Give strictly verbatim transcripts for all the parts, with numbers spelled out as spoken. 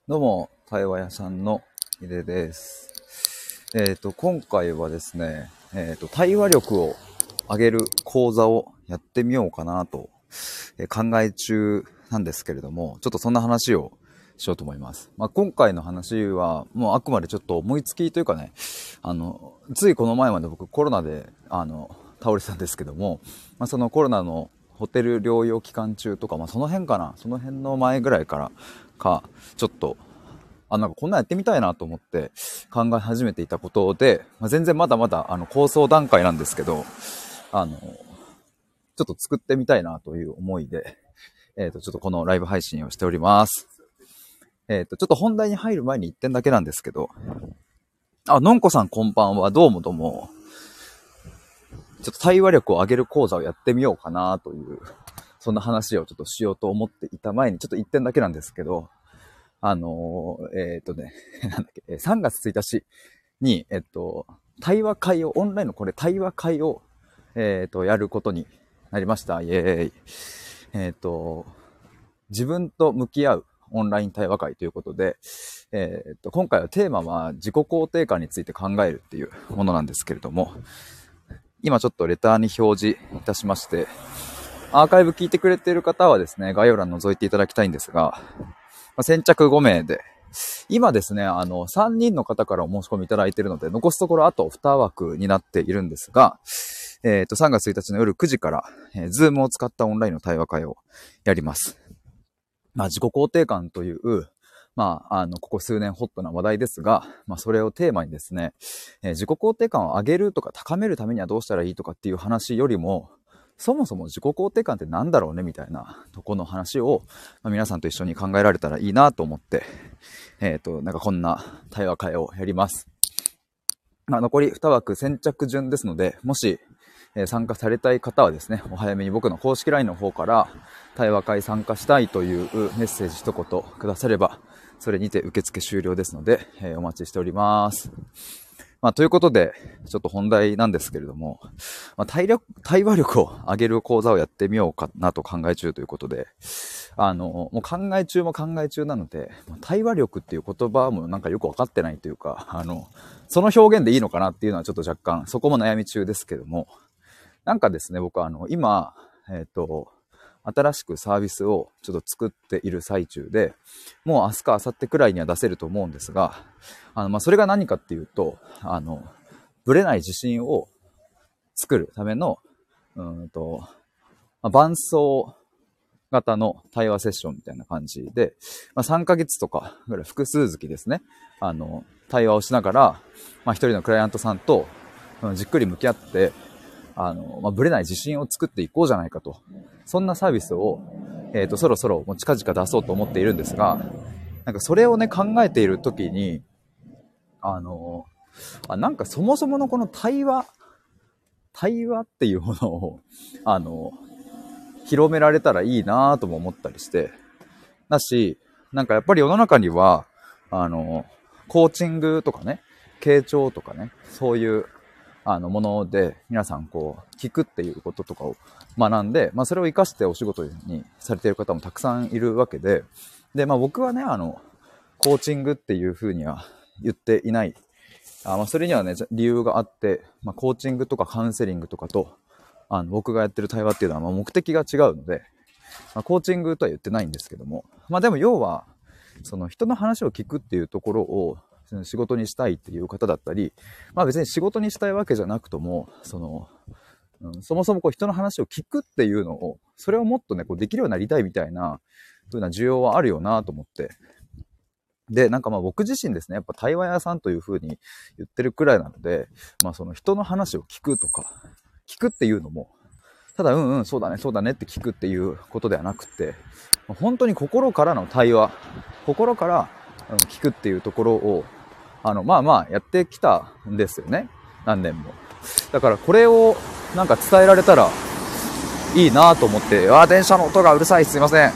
どうも、対話屋さんのひでです。えっと、今回はですね、えっと、対話力を上げる講座をやってみようかなとえー考え中なんですけれども、ちょっとそんな話をしようと思います。まあ、今回の話は、もうあくまでちょっと思いつきというかね、あの、ついこの前まで僕コロナで、あの、倒れてたんですけども、まあ、そのコロナのホテル療養期間中とか、まあ、その辺かな、その辺の前ぐらいからか、ちょっとあ、なんかこんなんやってみたいなと思って考え始めていたことで、まあ、全然まだまだあの構想段階なんですけど、あの、ちょっと作ってみたいなという思いで、えっと、ちょっとこのライブ配信をしております。えっと、ちょっと本題に入る前に一点だけなんですけど、あ、のんこさんこんばんは、どうもどうも。ちょっと対話力を上げる講座をやってみようかなという、そんな話をちょっとしようと思っていた前に、ちょっと一点だけなんですけど、あのー、えっとね、なんだっけ、さんがつついたちに、えっと、対話会を、オンラインのこれ対話会を、えっと、やることになりました。イエーイ。えっと、自分と向き合うオンライン対話会ということで、えっと、今回はテーマは自己肯定感について考えるっていうものなんですけれども、今ちょっとレターに表示いたしまして、アーカイブ聞いてくれている方はですね、概要欄覗いていただきたいんですが、まあ、先着ごめいで、今ですね、あの、さんにんの方からお申し込みいただいているので、残すところあとに枠になっているんですが、えっと、さんがつついたちの夜くじから、えー、ズームを使ったオンラインの対話会をやります。まあ、自己肯定感という、まあ、あの、ここ数年ホットな話題ですが、まあ、それをテーマにですね、えー自己肯定感を上げるとか高めるためにはどうしたらいいとかっていう話よりも、そもそも自己肯定感って何だろうねみたいなとこの話を、まあ、皆さんと一緒に考えられたらいいなと思って、えっと、なんかこんな対話会をやります。まあ、残りに枠先着順ですので、もし、えー参加されたい方はですね、お早めに僕の公式 ライン の方から対話会参加したいというメッセージ一言くだされば、それにて受付終了ですので、えーお待ちしております。まあ、ということで、ちょっと本題なんですけれども、まあ、対力対話力を上げる講座をやってみようかなと考え中ということで、あの、もう考え中も考え中なので、対話力っていう言葉もなんかよくわかってないというか、あの、その表現でいいのかなっていうのはちょっと若干、そこも悩み中ですけども、なんかですね、僕はあの、今、えっと、新しくサービスをちょっと作っている最中で、もう明日か明後日くらいには出せると思うんですが、あの、まあ、それが何かっていうと、あの、ぶれない自信を作るための、うんと、まあ、伴走型の対話セッションみたいな感じで、まあ、さんかげつとかぐらい複数月ですね、あの、対話をしながら、まあ、一人のクライアントさんと、うんじっくり向き合って、あの、まあ、ぶれない自信を作っていこうじゃないかと。そんなサービスを、えっと、そろそろもう近々出そうと思っているんですが、なんかそれをね、考えているときに、あの、あ、なんかそもそものこの対話、対話っていうものを、あの、広められたらいいなとも思ったりして、だし、なんかやっぱり世の中には、あの、コーチングとかね、傾聴とかね、そういうあのもので皆さんこう聞くっていうこととかを学んで、まあ、それを活かしてお仕事にされている方もたくさんいるわけで、で、まあ、僕はね、あの、コーチングっていうふうには言っていない。あまあそれにはね、理由があって、まあ、コーチングとかカウンセリングとかと、あの僕がやってる対話っていうのはまあ目的が違うので、まあ、コーチングとは言ってないんですけども、まあでも要は、その人の話を聞くっていうところを仕事にしたいっていう方だったり、まあ別に仕事にしたいわけじゃなくとも、その、うん、そもそもこう人の話を聞くっていうのを、それをもっとね、こうできるようになりたいみたいな風な需要はあるよなと思って。で、なんかまあ僕自身ですね、やっぱ対話屋さんという風に言ってるくらいなので、まあその人の話を聞くとか、聞くっていうのも、ただうんうんそうだねそうだねって聞くっていうことではなくて、本当に心からの対話、心から聞くっていうところをあのまあまあやってきたんですよね、何年も。だからこれをなんか伝えられたらいいなと思って、あー電車の音がうるさい、すいません。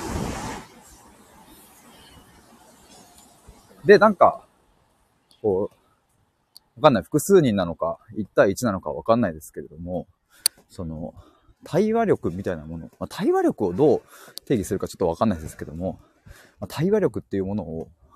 でなんかこうわかんない、複数人なのかいち対いちなのかわかんないですけれども、その対話力みたいなもの、まあ、対話力をどう定義するかちょっとわかんないですけども、まあ、対話力っていうものを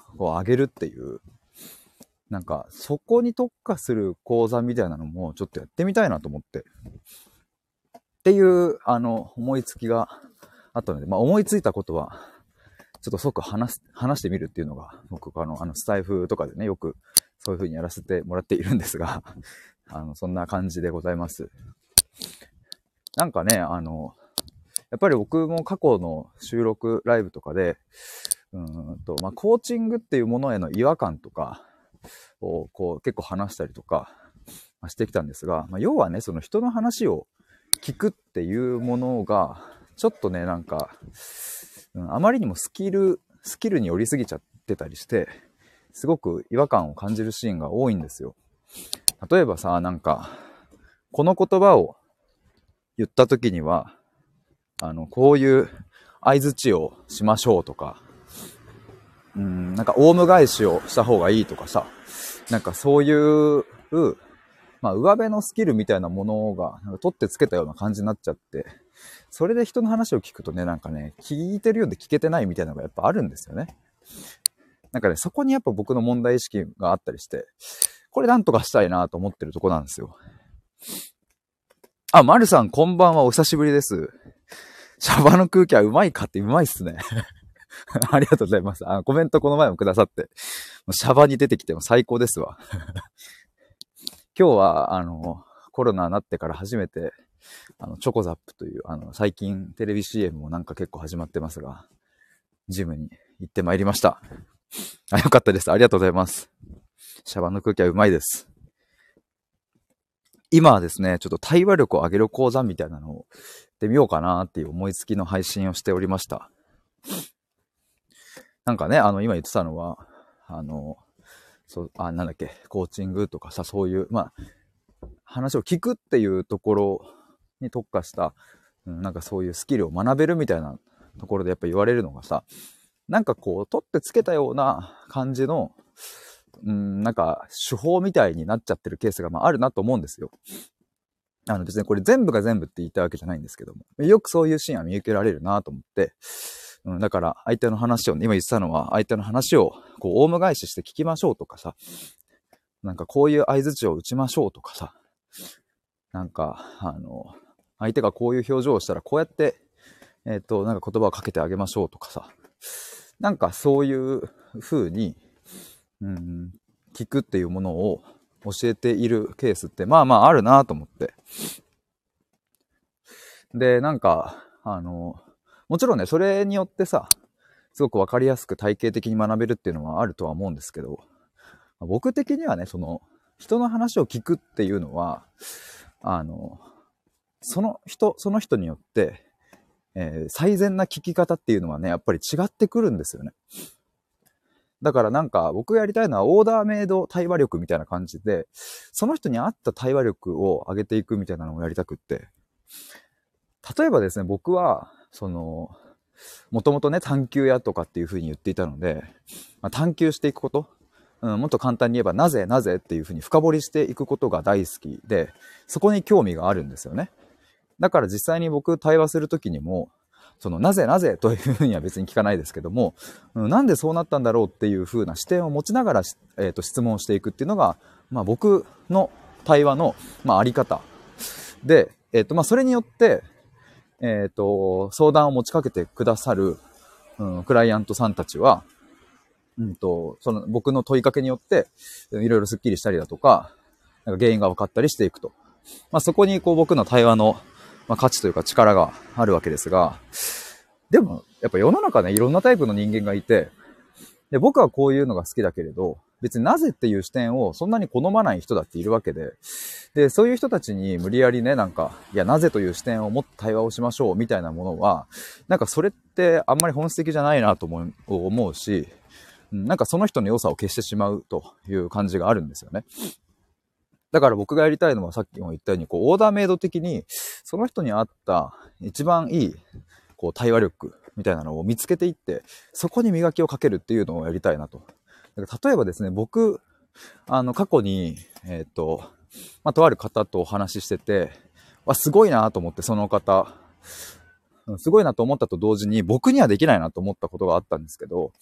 こう上げるっていう、なんかそこに特化する講座みたいなのもちょっとやってみたいなと思って。っていう、あの、思いつきがあったので、まあ思いついたことは、ちょっと即話す、話してみるっていうのが、僕、あの、あの、スタイフとかでね、よくそういう風にやらせてもらっているんですが、あの、そんな感じでございます。なんかね、あの、やっぱり僕も過去の収録ライブとかで、うーんと、まあ、コーチングっていうものへの違和感とかをこう結構話したりとかしてきたんですが、まあ、要はね、その人の話を聞くっていうものが、ちょっとね、なんか、うん、あまりにもスキル、スキルに寄りすぎちゃってたりして、すごく違和感を感じるシーンが多いんですよ。例えばさ、なんか、この言葉を言った時には、あの、こういう相槌をしましょうとか、うん、なんかオウム返しをした方がいいとかさ、なんかそういう、まあ上辺のスキルみたいなものがなんか取ってつけたような感じになっちゃって、それで人の話を聞くとね、なんかね、聞いてるようで聞けてないみたいなのがやっぱあるんですよね。なんかね、そこにやっぱ僕の問題意識があったりして、これなんとかしたいなと思ってるとこなんですよ。あ、まるさんこんばんは、お久しぶりです。シャバの空気はうまいかってうまいっすね。ありがとうございます。あ、コメントこの前もくださって、シャバに出てきても最高ですわ。今日は、あの、コロナになってから初めて、あの、チョコザップという、あの、最近テレビ シーエム もなんか結構始まってますが、ジムに行ってまいりました。あ、よかったです。ありがとうございます。シャバの空気はうまいです。今はですね、ちょっと対話力を上げる講座みたいなのをやってみようかなっていう思いつきの配信をしておりました。なんかね、あの、今言ってたのは、あの、そう、あ、なんだっけ、コーチングとかさ、そういう、まあ、話を聞くっていうところに特化した、うん、なんかそういうスキルを学べるみたいなところでやっぱ言われるのがさ、なんかこう、取ってつけたような感じの、うん、なんか手法みたいになっちゃってるケースがまああるなと思うんですよ。あの別にこれ全部が全部って言ったわけじゃないんですけども、よくそういうシーンは見受けられるなと思って、うん、だから相手の話を、ね、今言ってたのは相手の話をこうオウム返しして聞きましょうとかさ、なんかこういう相槌を打ちましょうとかさ、なんかあの相手がこういう表情をしたらこうやってえっとなんか言葉をかけてあげましょうとかさ、なんかそういう風に、うん、聞くっていうものを教えているケースってまあまああるなと思って、でなんかあのもちろんね、それによってさ、すごくわかりやすく体系的に学べるっていうのはあるとは思うんですけど、僕的にはね、その、人の話を聞くっていうのは、あの、その人、その人によって、えー最善な聞き方っていうのはね、やっぱり違ってくるんですよね。だからなんか、僕がやりたいのはオーダーメイド対話力みたいな感じで、その人に合った対話力を上げていくみたいなのをやりたくって。例えばですね、僕は、その、もともとね、探求屋とかっていう風に言っていたので、まあ、探求していくこと、うん、もっと簡単に言えば、なぜなぜっていう風に深掘りしていくことが大好きで、そこに興味があるんですよね。だから実際に僕対話するときにも、そのなぜなぜというふうには別に聞かないですけども、うん、なんでそうなったんだろうっていう風な視点を持ちながら、えーと、質問していくっていうのが、まあ、僕の対話の、まあ、あり方で、えーとまあ、それによって、えっと、相談を持ちかけてくださる、うん、クライアントさんたちは、うんと、その僕の問いかけによって、いろいろスッキリしたりだとか、なんか原因が分かったりしていくと。まあ、そこにこう僕の対話の、まあ、価値というか力があるわけですが、でも、やっぱ世の中ね、いろんなタイプの人間がいて、で、僕はこういうのが好きだけれど、別になぜっていう視点をそんなに好まない人だっているわけで、で、そういう人たちに無理やりね、なんか、いや、なぜという視点を持って対話をしましょうみたいなものは、なんかそれってあんまり本質的じゃないなと思う、思うし、なんかその人の良さを消してしまうという感じがあるんですよね。だから僕がやりたいのはさっきも言ったように、こう、オーダーメイド的に、その人に合った一番いい、こう、対話力みたいなのを見つけていって、そこに磨きをかけるっていうのをやりたいなと。だから例えばですね、僕、あの、過去に、えっと、まあ、とある方とお話ししてて、わ、すごいなと思って、その方、すごいなと思ったと同時に、僕にはできないなと思ったことがあったんですけど、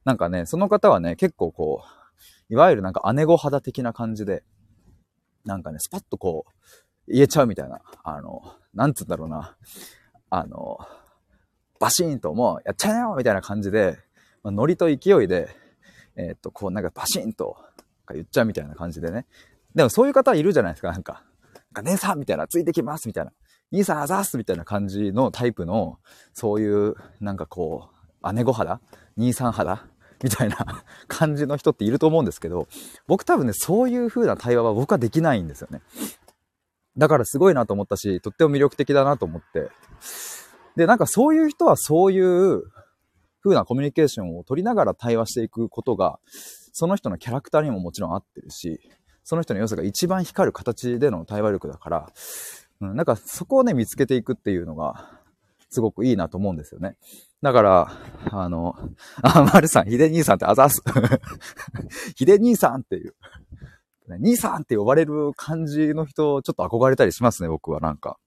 なんかね、その方はね、結構こう、いわゆるなんか姉御肌的な感じで、なんかね、スパッとこう、言えちゃうみたいな、あの、なんつうんだろうな、あの、バシーンともう、やっちゃえよみたいな感じで、まあ、ノリと勢いで、えーっと、こうなんかバシーンと言っちゃうみたいな感じでね。でもそういう方いるじゃないですか、なんか。なんか姉さんみたいな、ついてきますみたいな。兄さんあざーすみたいな感じのタイプの、そういう、なんかこう、姉御肌兄さん肌みたいな感じの人っていると思うんですけど、僕多分ね、そういう風な対話は僕はできないんですよね。だからすごいなと思ったし、とっても魅力的だなと思って。で、なんかそういう人はそういう風なコミュニケーションを取りながら対話していくことが、その人のキャラクターにももちろん合ってるし、その人の良さが一番光る形での対話力だから、うん、なんかそこをね、見つけていくっていうのが、すごくいいなと思うんですよね。だから、あの、あ、まるさん、ひで兄さんってあざす。ひで兄さんっていう、兄さんって呼ばれる感じの人、ちょっと憧れたりしますね、僕はなんか。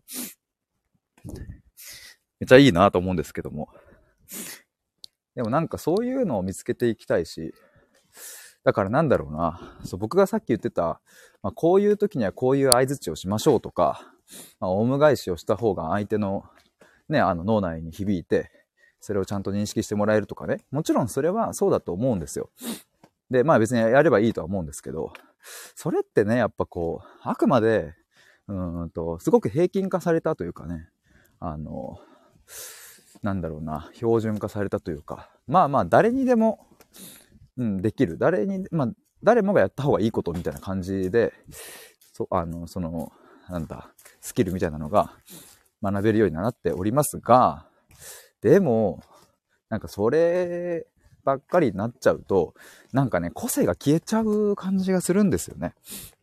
めっちゃいいなと思うんですけども。でもなんかそういうのを見つけていきたいし、だからなんだろうな。そう、僕がさっき言ってた、まあ、こういう時にはこういう相槌をしましょうとか、まあ、オウム返しをした方が相手のね、あの脳内に響いて、それをちゃんと認識してもらえるとかね。もちろんそれはそうだと思うんですよ。で、まあ別にやればいいとは思うんですけど、それってね、やっぱこう、あくまで、うーんと、すごく平均化されたというかね、あの、なんだろうな、標準化されたというか、まあまあ誰にでも、うん、できる。誰に、まあ、誰もがやった方がいいことみたいな感じで、そ、あの、その、なんだ、スキルみたいなのが学べるようになっておりますが、でも、なんかそればっかりになっちゃうと、なんかね、個性が消えちゃう感じがするんですよね。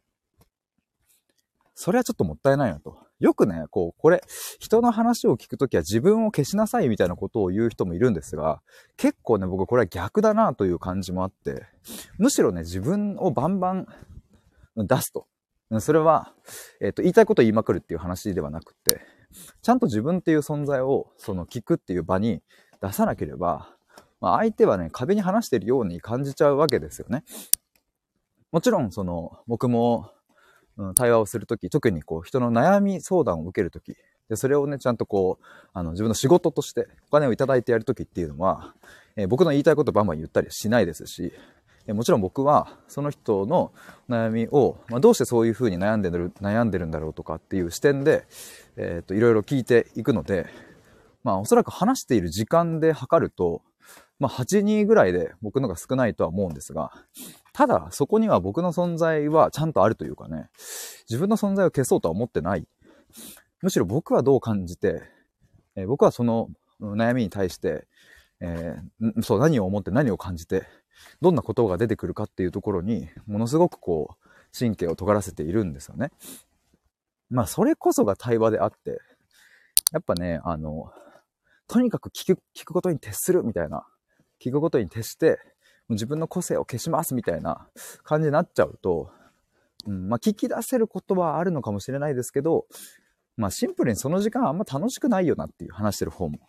それはちょっともったいないなと。よくね、こう、これ、人の話を聞くときは自分を消しなさいみたいなことを言う人もいるんですが、結構ね、僕これは逆だなという感じもあって、むしろね、自分をバンバン出すと。それは、えっと、言いたいことを言いまくるっていう話ではなくて、ちゃんと自分っていう存在を、その聞くっていう場に出さなければ、まあ、相手はね、壁に話しているように感じちゃうわけですよね。もちろん、その、僕も、うん、対話をするとき、特にこう、人の悩み相談を受けるとき、で、それをね、ちゃんとこう、あの、自分の仕事としてお金をいただいてやるときっていうのは、えー僕の言いたいことバンバン言ったりはしないですし、えーもちろん僕は、その人の悩みを、まあ、どうしてそういうふうに悩んでる、悩んでるんだろうとかっていう視点で、えっと、いろいろ聞いていくので、まあ、おそらく話している時間で測ると、まあ、はちにんぐらいで僕のが少ないとは思うんですが、ただ、そこには僕の存在はちゃんとあるというかね、自分の存在を消そうとは思ってない。むしろ僕はどう感じて、えー僕はその悩みに対して、えーそう、何を思って何を感じて、どんなことが出てくるかっていうところに、ものすごくこう、神経を尖らせているんですよね。まあ、それこそが対話であって、やっぱね、あの、とにかく聞く、聞くことに徹するみたいな、聞くことに徹して、自分の個性を消しますみたいな感じになっちゃうと、うん、まあ聞き出せることはあるのかもしれないですけど、まあシンプルにその時間あんま楽しくないよなっていう話してる方も。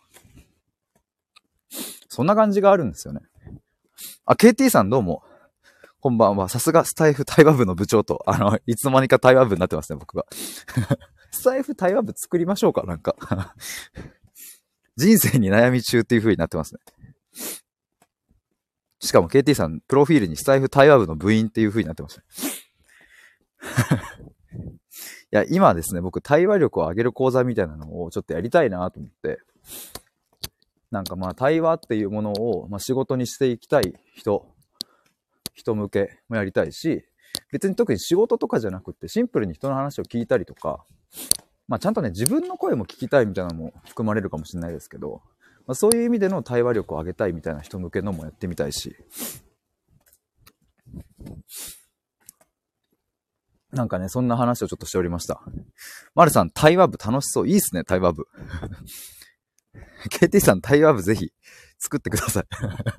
そんな感じがあるんですよね。あ、ケーティー さんどうも。こんばんは。さすがスタイフ対話部の部長と、あの、いつの間にか対話部になってますね、僕が。スタイフ対話部作りましょうか、なんか。人生に悩み中っていう風になってますね。しかも ケーティー さん、プロフィールにスタイフ対話部の部員っていう風になってますね。いや、今ですね、僕、対話力を上げる講座みたいなのをちょっとやりたいなと思って、なんかまあ、対話っていうものを、まあ、仕事にしていきたい人、人向けもやりたいし、別に特に仕事とかじゃなくって、シンプルに人の話を聞いたりとか、まあ、ちゃんとね、自分の声も聞きたいみたいなのも含まれるかもしれないですけど、まあ、そういう意味での対話力を上げたいみたいな人向けのもやってみたいし、なんかね、そんな話をちょっとしておりました。マルさん、対話部楽しそう。いいっすね、対話部。ケーティー さん、対話部ぜひ作ってください。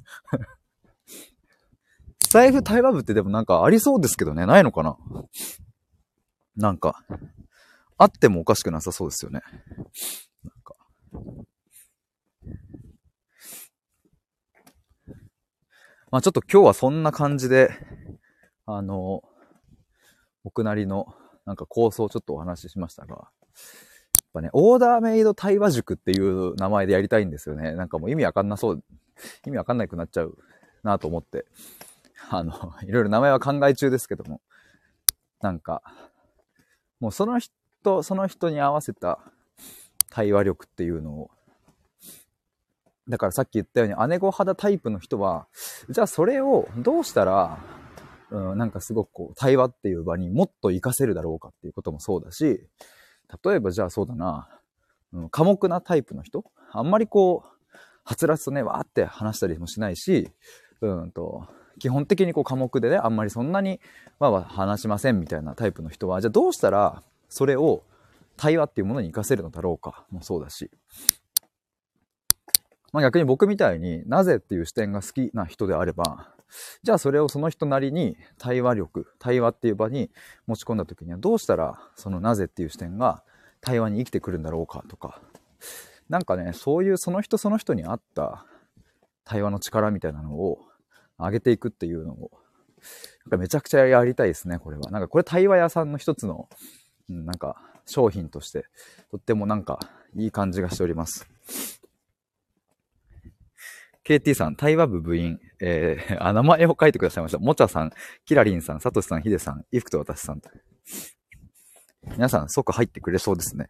スタイフ対話部ってでもなんかありそうですけどね、ないのかな？なんか、あってもおかしくなさそうですよね。なんかまあちょっと今日はそんな感じで、あの、僕なりのなんか構想をちょっとお話ししましたが、やっぱね、オーダーメイド対話塾っていう名前でやりたいんですよね。なんかもう意味わかんなそう、意味わかんなくなっちゃうなと思って、あの、いろいろ名前は考え中ですけども、なんか、もうその人、その人に合わせた対話力っていうのを、だからさっき言ったように姉御肌タイプの人は、じゃあそれをどうしたら、うん、なんかすごくこう対話っていう場にもっと活かせるだろうかっていうこともそうだし、例えばじゃあそうだな、うん、寡黙なタイプの人、あんまりこうはつらつとねわーって話したりもしないし、うんと基本的にこう寡黙でね、あんまりそんなにわーわー話しませんみたいなタイプの人は、じゃあどうしたらそれを対話っていうものに活かせるのだろうかもそうだし、まあ逆に僕みたいになぜっていう視点が好きな人であれば、じゃあそれをその人なりに対話力、対話っていう場に持ち込んだ時にはどうしたらそのなぜっていう視点が対話に生きてくるんだろうかとか、なんかね、そういうその人その人に合った対話の力みたいなのを上げていくっていうのを、なんかめちゃくちゃやりたいですね、これは。なんかこれ対話屋さんの一つの、うん、なんか商品としてとってもなんかいい感じがしております。ケーティー さん、対話部部員、えー、あ、名前を書いてくださいました。もちゃさん、キラリンさん、サトシさん、ヒデさん、イフクと私さん。皆さん、即入ってくれそうですね。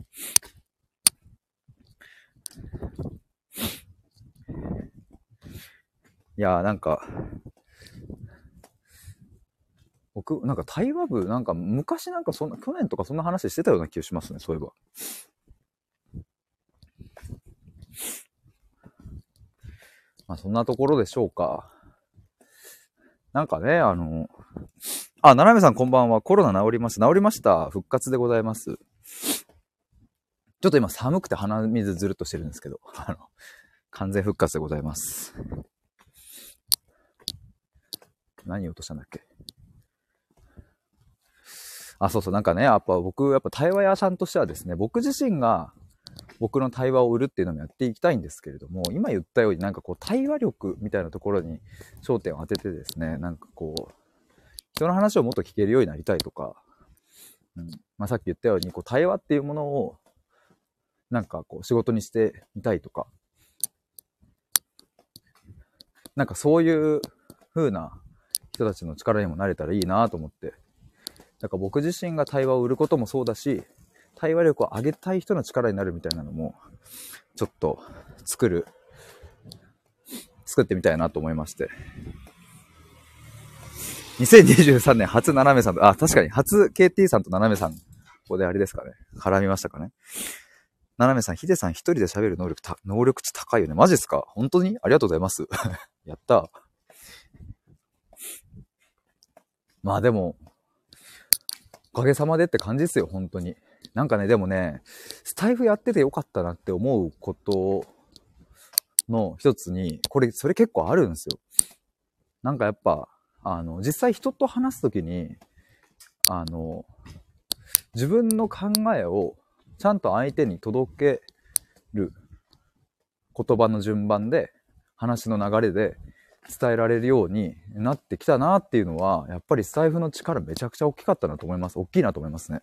いやー、なんか、僕、なんか対話部、なんか昔なんかそんな、去年とかそんな話してたような気がしますね、そういえば。まあ、そんなところでしょうか。なんかね、あの、あ、ななめさんこんばんは。コロナ治りました。治りました。復活でございます。ちょっと今寒くて鼻水ずるっとしてるんですけど、あの、完全復活でございます。何言おうとしたんだっけ。あ、そうそう、なんかね、やっぱ僕、やっぱ対話屋さんとしてはですね、僕自身が僕の対話を売るっていうのもやっていきたいんですけれども、今言ったようになんかこう対話力みたいなところに焦点を当ててですね、なんかこう、人の話をもっと聞けるようになりたいとか、うん、まあ、さっき言ったようにこう対話っていうものをなんかこう仕事にしてみたいとか、なんかそういう風な人たちの力にもなれたらいいなと思って、だから僕自身が対話を売ることもそうだし、対話力を上げたい人の力になるみたいなのもちょっと作る作ってみたいなと思いまして、にせんにじゅうさんねん初ななめさんと、あ、確かに初 ケーティー さんとななめさん、ここであれですかね、絡みましたかね。ななめさん、ヒデさん一人で喋る能力た、能力値高いよね。マジですか？本当にありがとうございます。やったー。まあでも、おかげさまでって感じですよ、本当に。なんかね、でもね、スタイフやっててよかったなって思うことの一つに、これ、それ結構あるんですよ。なんかやっぱ、あの、実際人と話すときに、あの、自分の考えをちゃんと相手に届ける言葉の順番で、話の流れで伝えられるようになってきたなっていうのは、やっぱりスタイフの力めちゃくちゃ大きかったなと思います。大きいなと思いますね。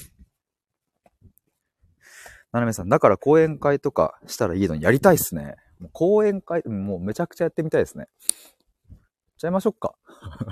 ななめさん、だから講演会とかしたらいいのにやりたいっすね。もう講演会、もうめちゃくちゃやってみたいですね。やっちゃいましょうか。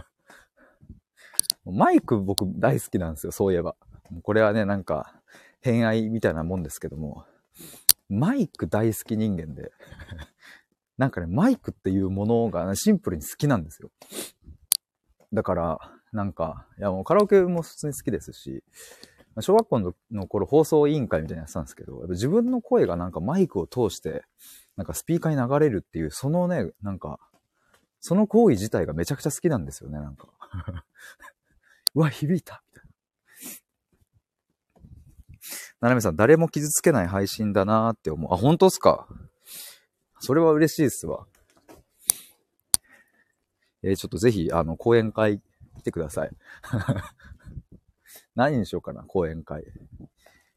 マイク僕大好きなんですよ、そういえば。これはね、なんか、偏愛みたいなもんですけども、マイク大好き人間で、なんかね、マイクっていうものが、ね、シンプルに好きなんですよ。だから、なんか、いやもうカラオケも普通に好きですし、小学校のの頃放送委員会みたいなやつなんですけど、やっぱ自分の声がなんかマイクを通して、なんかスピーカーに流れるっていう、そのね、なんか、その行為自体がめちゃくちゃ好きなんですよね、なんか。うわ、響いたみたいな。ななめさん、誰も傷つけない配信だなーって思う。あ、本当っすか？それは嬉しいっすわ。えー、ちょっとぜひ、あの、講演会来てください。何にしようかな、講演会。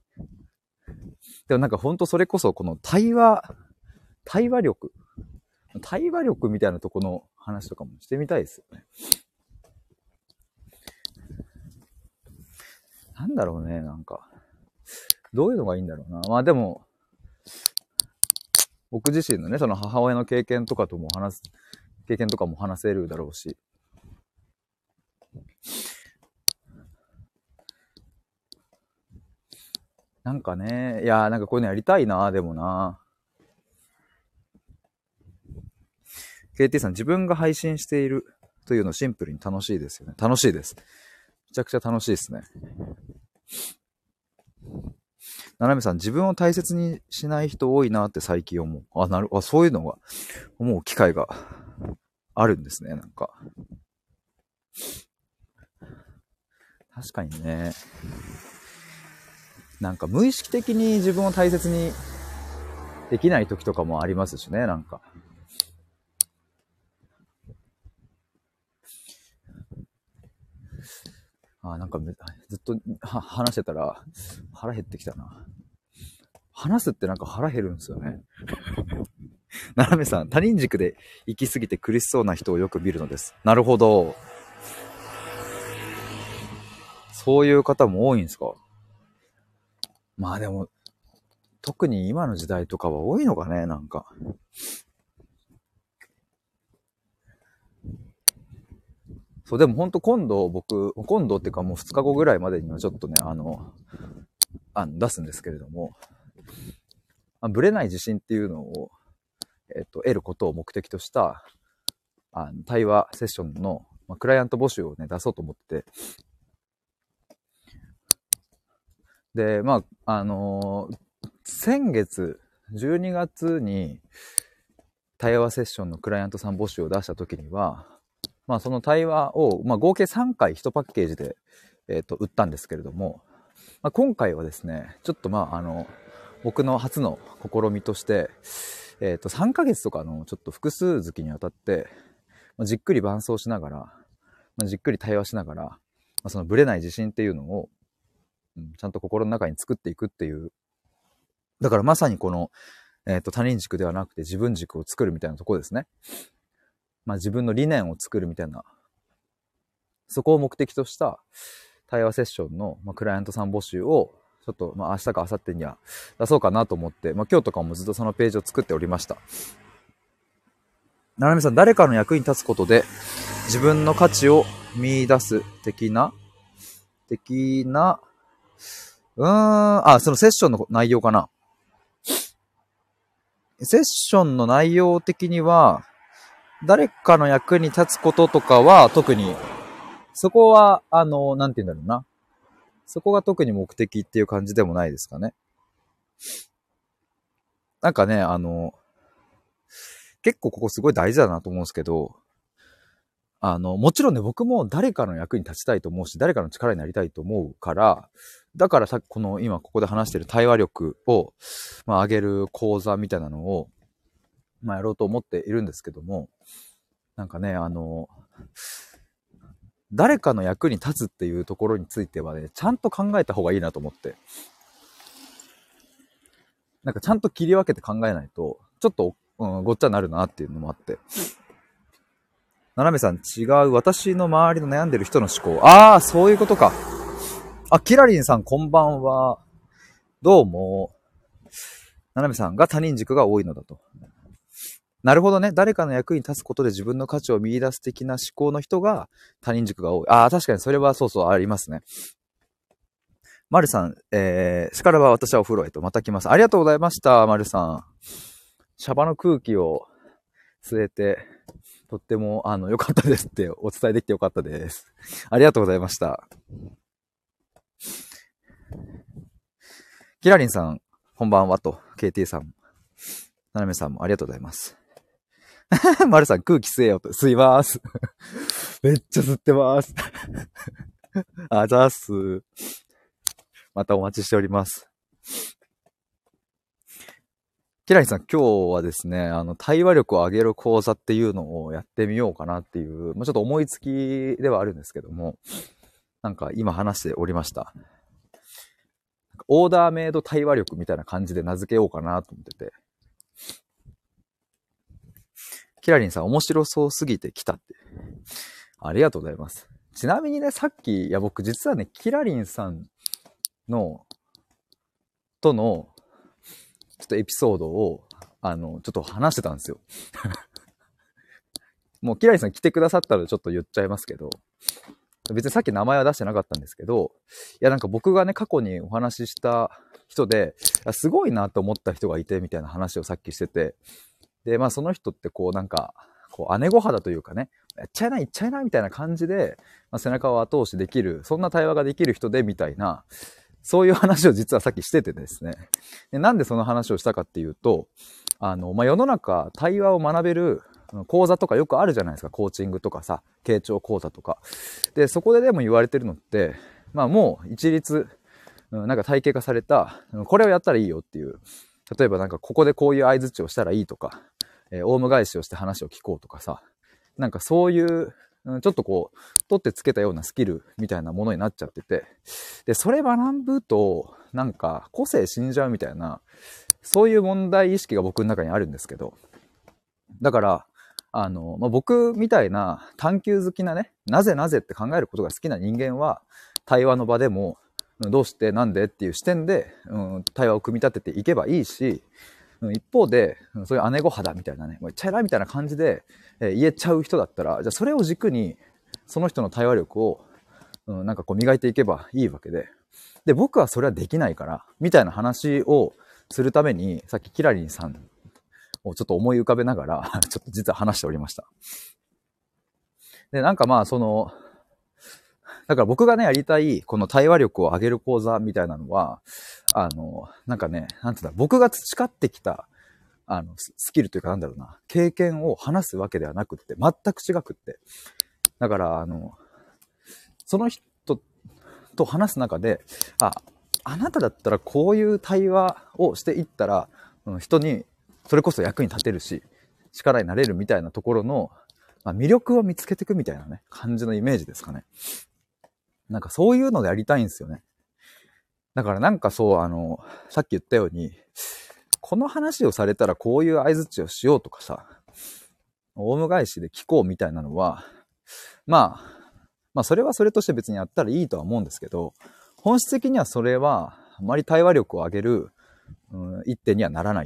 でもなんかほんとそれこそ、この対話、対話力。 対話力みたいなとこの話とかもしてみたいですよね。なんだろうね、なんか。どういうのがいいんだろうな。まあでも、僕自身のね、その母親の経験とかとも話す、経験とかも話せるだろうし。なんかね、いやーなんかこういうのやりたいな、でもな。ケーティー さん、自分が配信しているというのシンプルに楽しいですよね。楽しいです。めちゃくちゃ楽しいですね。ななめさん、自分を大切にしない人多いなって最近思う。あ、なる、あ、そういうのが思う機会があるんですね、なんか。確かにね。なんか無意識的に自分を大切にできない時とかもありますしね、なんか。あ、なんかずっと話してたら腹減ってきたな。話すってなんか腹減るんですよね。ななめさん、他人軸で行き過ぎて苦しそうな人をよく見るのです。なるほど。そういう方も多いんですか？まあでも、特に今の時代とかは多いのかね、なんか。そう、でもほんと今度僕、今度っていうかもうふつかごぐらいまでにはちょっとね、あの、あの出すんですけれども、あブレない自信っていうのを、えっと、得ることを目的とした、あの対話セッションの、まあ、クライアント募集をね、出そうと思ってて、で、まあ、あのー先月、じゅうにがつに対話セッションのクライアントさん募集を出した時には、まあその対話を、まあ合計さんかいいちパッケージで、えっと、売ったんですけれども、まあ、今回はですね、ちょっとまああの、僕の初の試みとして、えっと、さんかげつとかのちょっと複数月にわたって、まあ、じっくり伴走しながら、まあ、じっくり対話しながら、まあ、そのブレない自信っていうのを、うん、ちゃんと心の中に作っていくっていう、だからまさにこの、えっと、他人軸ではなくて自分軸を作るみたいなところですね。まあ自分の理念を作るみたいな、そこを目的とした対話セッションの、まあ、クライアントさん募集を、ちょっと、まあ明日か明後日には出そうかなと思って、まあ今日とかもずっとそのページを作っておりました。ななみさん、誰かの役に立つことで自分の価値を見出す的な、的な、うーん、あ、そのセッションの内容かな。セッションの内容的には、誰かの役に立つこととかは特に、そこは、あの、なんて言うんだろうな。そこが特に目的っていう感じでもないですかね。なんかね、あの、結構ここすごい大事だなと思うんですけど、あの、もちろんね、僕も誰かの役に立ちたいと思うし、誰かの力になりたいと思うから、だからさ、この今ここで話してる対話力を、まあ、上げる講座みたいなのを、まあ、やろうと思っているんですけども、なんかね、あの、誰かの役に立つっていうところについてはね、ちゃんと考えた方がいいなと思って。なんかちゃんと切り分けて考えないと、ちょっと、うん、ごっちゃになるなっていうのもあって。ななめさん、違う。私の周りの悩んでる人の思考。ああ、そういうことか。あ、キラリンさん、こんばんは。どうも。ななめさんが他人軸が多いのだと。なるほどね。誰かの役に立つことで自分の価値を見出す的な思考の人が他人軸が多い。ああ、確かにそれはそうそうありますね。まるさん、えー、しからば私はお風呂へとまた来ます。ありがとうございました、まるさん。シャバの空気を吸えて、とっても、あの、良かったですってお伝えできて良かったです。ありがとうございました。キラリンさん、こんばんはと、ケーティー さん、ななめさんもありがとうございます。まるさん、空気吸えよと、吸います。めっちゃ吸ってます。あざーす。またお待ちしております。キラリンさん、今日はですね、あの、対話力を上げる講座っていうのをやってみようかなっていう、まあ、ちょっと思いつきではあるんですけども、なんか今話しておりました。オーダーメイド対話力みたいな感じで名付けようかなと思ってて。 キラリンさん面白そうすぎて来たって。ありがとうございます。ちなみにね、さっき、いや僕実はね、キラリンさんの、との、ちょっとエピソードを、あの、ちょっと話してたんですよ。もうキラリンさん来てくださったのでちょっと言っちゃいますけど、別にさっき名前は出してなかったんですけど、いやなんか僕がね、過去にお話しした人で、すごいなと思った人がいてみたいな話をさっきしてて、で、まあその人ってこうなんか、こう姉御肌というかね、やっちゃいな、いっちゃいなみたいな感じで、まあ、背中を後押しできる、そんな対話ができる人でみたいな、そういう話を実はさっきしててですね。で、なんでその話をしたかっていうと、あの、まあ、世の中対話を学べる講座とかよくあるじゃないですか。コーチングとかさ、傾聴講座とか。で、そこででも言われてるのって、まあもう一律、なんか体系化された、これをやったらいいよっていう。例えばなんかここでこういう相槌をしたらいいとか、えー、オウム返しをして話を聞こうとかさ、なんかそういう、ちょっとこう、取ってつけたようなスキルみたいなものになっちゃってて、で、それ学ぶと、なんか個性死んじゃうみたいな、そういう問題意識が僕の中にあるんですけど、だから、あの、まあ、僕みたいな探求好きなね、なぜなぜって考えることが好きな人間は、対話の場でも、どうしてなんでっていう視点で、うん、対話を組み立てていけばいいし、一方で、そういう姉御肌みたいなね、もうチャラみたいな感じで、えー、言えちゃう人だったら、じゃあそれを軸に、その人の対話力を、うん、なんかこう磨いていけばいいわけで。で、僕はそれはできないから、みたいな話をするために、さっきキラリンさんをちょっと思い浮かべながら、ちょっと実は話しておりました。で、なんかまあ、その、だから僕がね、やりたい、この対話力を上げる講座みたいなのは、あの、なんかね、なんていうんだ、僕が培ってきた、あの、スキルというかなんだろうな、経験を話すわけではなくって、全く違くって。だから、あの、その人と話す中で、あ、あなただったらこういう対話をしていったら、人にそれこそ役に立てるし、力になれるみたいなところの、まあ、魅力を見つけていくみたいなね、感じのイメージですかね。なんかそういうのでやりたいんですよね。だからなんかそう、あの、さっき言ったように、この話をされたらこういう相槌をしようとかさ、オウム返しで聞こうみたいなのは、まあ、まあそれはそれとして別にやったらいいとは思うんですけど、本質的にはそれはあまり対話力を上げる、うん、一点にはならない。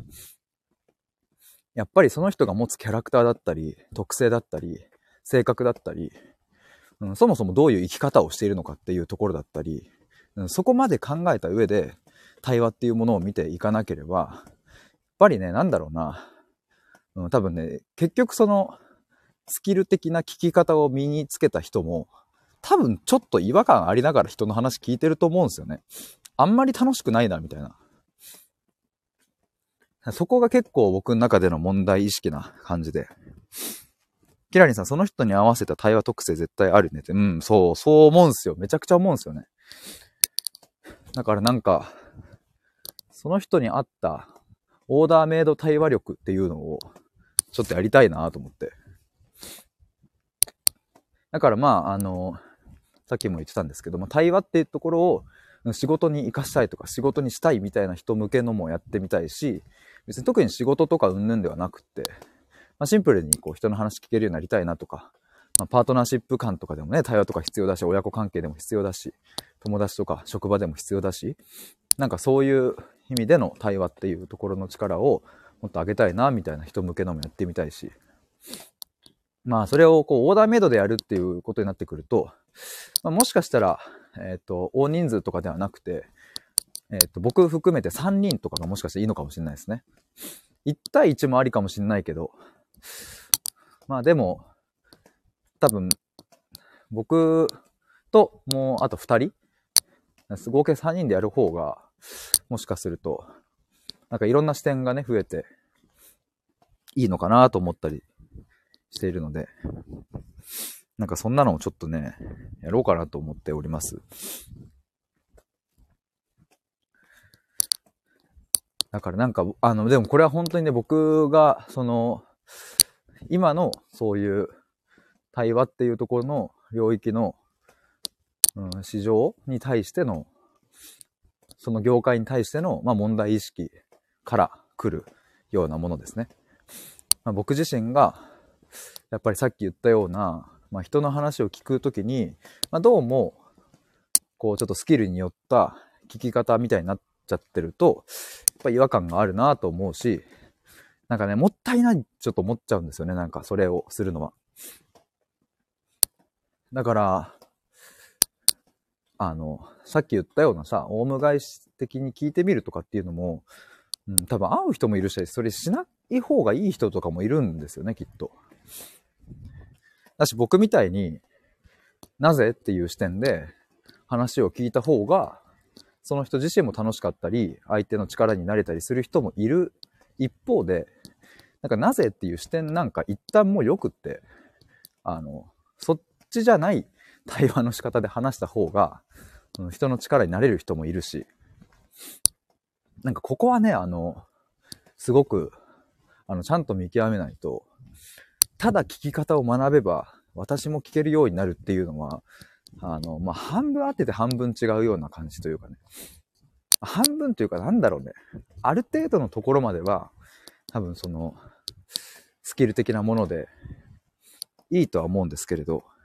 やっぱりその人が持つキャラクターだったり、特性だったり、性格だったり、うん、そもそもどういう生き方をしているのかっていうところだったり、うん、そこまで考えた上で対話っていうものを見ていかなければ、やっぱりね、なんだろうな、うん、多分ね、結局そのスキル的な聞き方を身につけた人も、多分ちょっと違和感ありながら人の話聞いてると思うんですよね。あんまり楽しくないな、みたいな。そこが結構僕の中での問題意識な感じで。キラリンさん、その人に合わせた対話特性絶対あるねって。うん、そう、そう思うんすよ。めちゃくちゃ思うんすよね。だからなんか、その人に合ったオーダーメイド対話力っていうのをちょっとやりたいなと思って。だからまあ、あの、さっきも言ってたんですけども、対話っていうところを仕事に活かしたいとか仕事にしたいみたいな人向けのもやってみたいし、別に特に仕事とか云々ではなくって、まあ、シンプルにこう人の話聞けるようになりたいなとか、まあ、パートナーシップ感とかでもね、対話とか必要だし、親子関係でも必要だし、友達とか職場でも必要だし、なんかそういう意味での対話っていうところの力をもっと上げたいなみたいな人向けのもやってみたいし、まあそれをこうオーダーメイドでやるっていうことになってくると、まあ、もしかしたら、えっと、大人数とかではなくて、えっと、僕含めてさんにんとかがもしかしていいのかもしれないですね。いち対いちもありかもしれないけど、まあでも、多分、僕ともうあとふたり、合計さんにんでやる方が、もしかすると、なんかいろんな視点がね、増えて、いいのかなと思ったりしているので、なんかそんなのをちょっとね、やろうかなと思っております。だからなんか、あの、でもこれは本当にね、僕が、その、今のそういう対話っていうところの領域の、うん、市場に対しての、その業界に対しての、まあ、問題意識から来るようなものですね。 まあ、僕自身が、やっぱりさっき言ったような、まあ、人の話を聞くときに、まあ、どうも、こうちょっとスキルによった聞き方みたいになっちゃってると、やっぱ違和感があるなと思うし、なんかね、もったいないちょっと思っちゃうんですよね、なんかそれをするのは。だから、あの、さっき言ったようなさ、オウム返し的に聞いてみるとかっていうのも、うん、多分会う人もいるし、それしない方がいい人とかもいるんですよね、きっと。だし僕みたいになぜっていう視点で話を聞いた方がその人自身も楽しかったり相手の力になれたりする人もいる一方で、なんかなぜっていう視点なんか一旦もうよくって、あのそっちじゃない対話の仕方で話した方が人の力になれる人もいるし、なんかここはね、あのすごくあのちゃんと見極めないと、ただ聞き方を学べば私も聞けるようになるっていうのは、あの、まあ、半分合ってて半分違うような感じというかね。半分というかなんだろうね。ある程度のところまでは、多分その、スキル的なものでいいとは思うんですけれど、